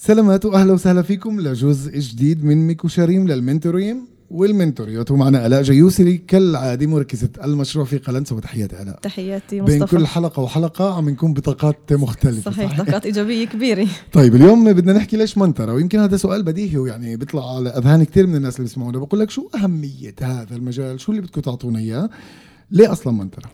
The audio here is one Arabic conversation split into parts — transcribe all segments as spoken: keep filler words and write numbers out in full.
سلامات وأهلا وسهلا فيكم لجزء جديد من ميكو شريم للمنتورين والمنتوريات. ومعنا آلاء جيوسري كالعادة مركزة المشروع في قلنسة. وتحياتي آلاء. تحياتي مصطفى. بين كل حلقة وحلقة عم نكون بطاقات مختلفة. صحيح, صحيح. طاقات إيجابية كبيرة. طيب اليوم بدنا نحكي ليش منترة، ويمكن هذا سؤال بديهي ويعني بيطلع على أذهان كتير من الناس اللي بيسمعونا. بقول لك شو أهمية هذا المجال، شو اللي بدكم تعطونا إياه، ليه أصلا منترة؟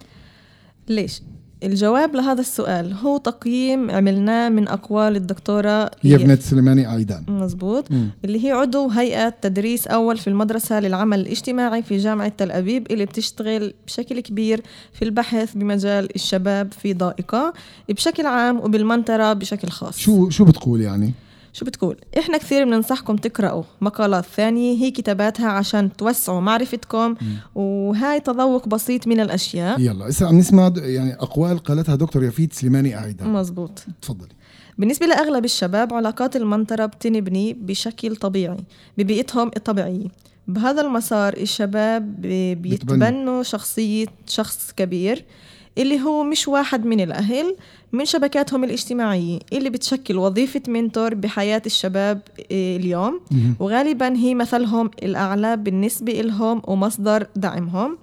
ليش؟ الجواب لهذا السؤال هو تقييم عملناه من أقوال الدكتورة يفنت سليماني عيدان. مزبوط. م. اللي هي عضو هيئة تدريس أول في المدرسة للعمل الاجتماعي في جامعة تل أبيب، اللي بتشتغل بشكل كبير في البحث بمجال الشباب في ضائقة بشكل عام وبالمنطرة بشكل خاص. شو شو بتقول يعني؟ شو بتقول؟ إحنا كثير بننصحكم تقرأوا مقالات ثانية هي كتاباتها عشان توسعوا معرفتكم. م. وهاي تذوق بسيط من الأشياء. يلا إسا عم نسمع يعني أقوال قالتها دكتور يفيت سليماني عيدان. مزبوط. تفضلي. بالنسبة لأغلب الشباب علاقات المنطرة بتنبني بشكل طبيعي ببيئتهم الطبيعية. بهذا المسار الشباب بيتبنوا شخصية شخص كبير اللي هو مش واحد من الأهل من شبكاتهم الاجتماعية اللي بتشكل وظيفة منتور بحياة الشباب اليوم. وغالبا هي مثلهم الأعلى بالنسبة لهم ومصدر دعمهم.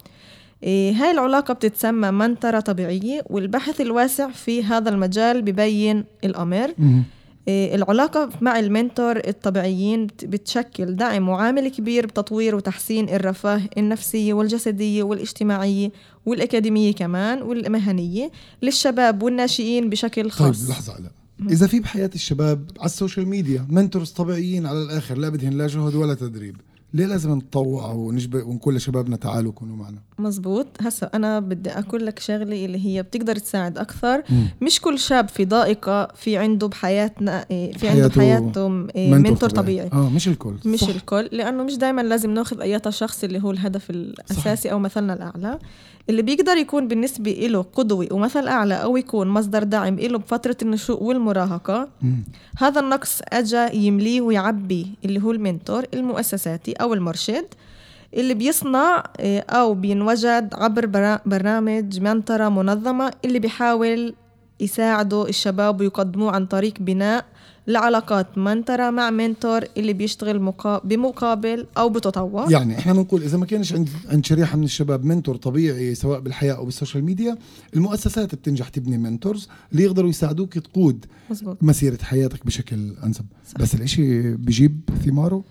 هاي العلاقة بتتسمى منترة طبيعية، والبحث الواسع في هذا المجال ببين الأمر. العلاقة مع المنتور الطبيعيين بتشكل دعم وعامل كبير بتطوير وتحسين الرفاه النفسية والجسدية والاجتماعية والأكاديمية كمان والمهنية للشباب والناشئين بشكل خاص. طيب لحظة على إذا في بحياة الشباب على السوشيال ميديا منتورز طبيعيين على الآخر لا بدهن لا جهد ولا تدريب، ليه لازم نتطوع ونجبر ونقول لشبابنا تعالوا كونوا معنا؟ مزبوط. هسا أنا بدي أقول لك شغلة اللي هي بتقدر تساعد أكثر. مم. مش كل شاب في ضائقة في عنده بحياتنا في عنده بحياته منتور طبيعي. آه مش الكل. مش صح. الكل، لأنه مش دايما لازم نأخذ أي شخص اللي هو الهدف الأساسي. صح. أو مثلنا الأعلى اللي بيقدر يكون بالنسبة له قدوة ومثل أعلى أو يكون مصدر دعم له بفترة النشوء والمراهقة. مم. هذا النقص أجا يمليه ويعبي اللي هو المنتور المؤسساتي أو المرشد اللي بيصنع أو بينوجد عبر برنامج منترة منظمة اللي بيحاول يساعدوا الشباب ويقدموه عن طريق بناء لعلاقات منترة مع منتور اللي بيشتغل مقا... بمقابل أو بتطوع. يعني إحنا بنقول إذا ما كانش عند عند شريحة من الشباب منتور طبيعي سواء بالحياة أو بالسوشيال ميديا، المؤسسات بتنجح تبني منتورز اللي يقدروا يساعدوك تقود مزبوط. مسيرة حياتك بشكل أنسب. صح. بس الإشي بيجيب ثماره؟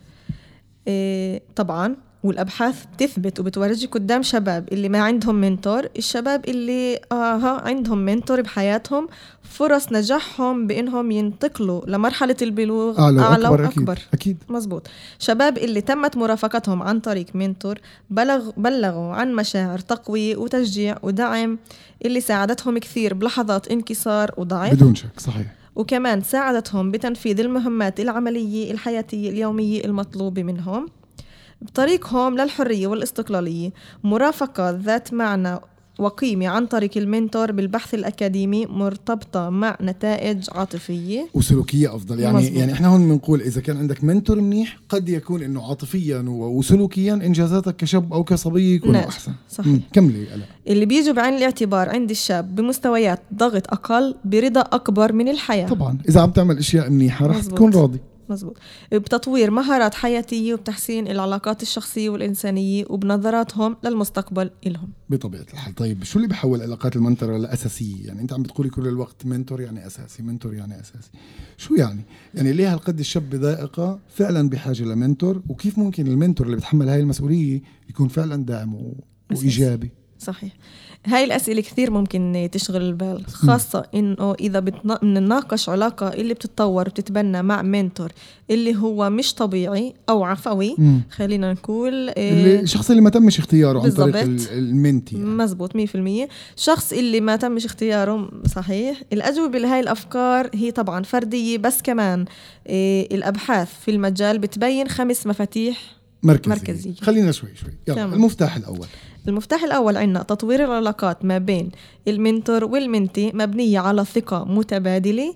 إيه طبعاً. والأبحاث بتثبت وبتورجي قدام شباب اللي ما عندهم منتور، الشباب اللي آه عندهم منتور بحياتهم فرص نجاحهم بإنهم ينتقلوا لمرحلة البلوغ أعلى, أعلى وأكبر. أكبر. أكيد. مزبوط. شباب اللي تمت مرافقتهم عن طريق منتور بلغ بلغوا عن مشاعر تقوية وتشجيع ودعم اللي ساعدتهم كثير بلحظات انكسار وضعف بدون شك. صحيح. وكمان ساعدتهم بتنفيذ المهمات العملية الحياتية اليومية المطلوبة منهم بطريقهم للحرية والاستقلالية. مرافقة ذات معنى وقيمة عن طريق المنتور بالبحث الأكاديمي مرتبطة مع نتائج عاطفية وسلوكية أفضل. يعني مزبوط. يعني إحنا هون بنقول إذا كان عندك منتور منيح قد يكون إنه عاطفيا وسلوكيا إنجازاتك كشاب أو كصبي يكونوا نعم. أحسن. صحيح. كملي ألا. اللي بيجوا بعين الاعتبار عند الشاب بمستويات ضغط أقل برضا أكبر من الحياة. طبعا إذا عم تعمل أشياء منيحة رح تكون راضي. مزبوط. بتطوير مهارات حياتية وبتحسين العلاقات الشخصية والإنسانية وبنظراتهم للمستقبل إلهم بطبيعة الحال. طيب شو اللي بيحول علاقات المنتور لأساسية؟ يعني أنت عم بتقولي كل الوقت منتور يعني أساسي، منتور يعني أساسي. شو يعني؟ يعني ليه هالقد الشاب بضائقة فعلا بحاجة لمنتور، وكيف ممكن المنتور اللي بتحمل هاي المسؤولية يكون فعلا داعم وإيجابي؟ صحيح. هاي الأسئلة كثير ممكن تشغل البال، خاصة إنه إذا بنناقش علاقة اللي بتتطور وبتتبنى مع منتور اللي هو مش طبيعي أو عفوي. مم. خلينا نقول اللي الشخص اللي ما تمش اختياره عن طريق المنتي. يعني. مزبوط مية في المية. شخص اللي ما تمش اختياره. صحيح. الأجوبة لهاي الأفكار هي طبعا فردية، بس كمان إيه الأبحاث في المجال بتبين خمس مفاتيح مركزية. مركزية. خلينا شوي شوي. يلا المفتاح الأول. المفتاح الأول عندنا تطوير العلاقات ما بين المنتور والمنتي مبنية على ثقة متبادلة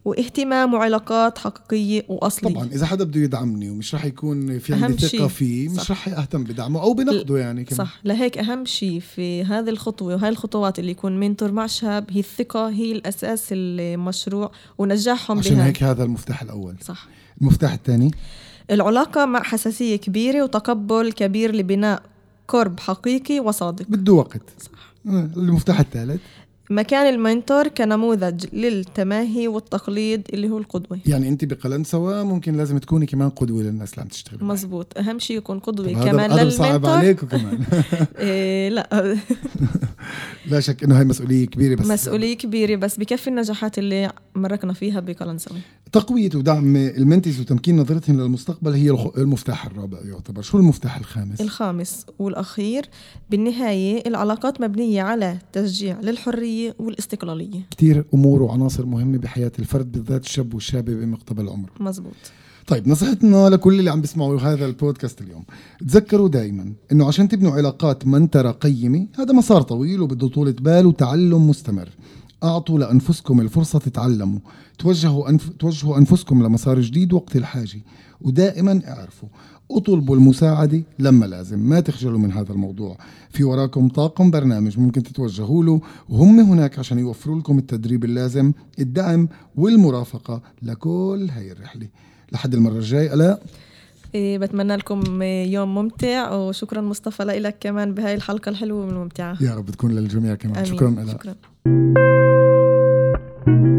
واهتمام وعلاقات حقيقية وأصلية. طبعا إذا حدا بده يدعمني ومش رح يكون في أهم عندي ثقة شي. فيه مش صح. رح أهتم بدعمه أو بنقده يعني كمان. صح. لهيك أهم شيء في هذه الخطوة وهاي الخطوات اللي يكون منتور مع شاب هي الثقة، هي الأساس المشروع ونجاحهم عشان بها. هيك هذا المفتاح الأول. صح. المفتاح الثاني العلاقة مع حساسية كبيرة وتقبل كبير لبناء قرب حقيقي وصادق. بده وقت. صح. المفتاح الثالث مكان المنتور كنموذج للتماهي والتقليد اللي هو القدوة. يعني انت بقلنسوة ممكن لازم تكوني كمان قدوة للناس اللي عم تشتغل. مزبوط. اهم شيء يكون قدوة كمان كمان هذا صعب للمنتور. عليكم كمان. إيه لا. لا شك انه هاي مسؤولية كبيرة، بس مسؤولية كبيرة بس بكفي النجاحات اللي مركنا فيها بقلنسوة. تقوية ودعم المنتيز وتمكين نظرتهم للمستقبل هي المفتاح الرابع يعتبر. شو المفتاح الخامس؟ الخامس والأخير بالنهاية العلاقات مبنية على تشجيع للحرية والاستقلالية. كتير أمور وعناصر مهمة بحياة الفرد بالذات الشاب والشابة بمقتبل العمر. مزبوط. طيب نصيحتنا لكل اللي عم بيسمعوا هذا البودكاست اليوم، تذكروا دائما انه عشان تبنوا علاقات منترة قيمة هذا مسار طويل وبده طولة بال وتعلم مستمر. اعطوا لانفسكم الفرصة تتعلموا، توجهوا أنف... توجهوا انفسكم لمسار جديد وقت الحاجة، ودائما اعرفوا اطلبوا المساعدة لما لازم، ما تخجلوا من هذا الموضوع. في وراكم طاقم برنامج ممكن تتوجهوا له وهم هناك عشان يوفروا لكم التدريب اللازم، الدعم والمرافقة لكل هاي الرحلة. لحد المرة الجاي ألا إيه بتمنى لكم يوم ممتع، وشكرا مصطفى لك كمان بهاي الحلقة الحلوة والممتعة. يا رب تكون للجميع كمان. آمين. شكرا ألا. شكرا.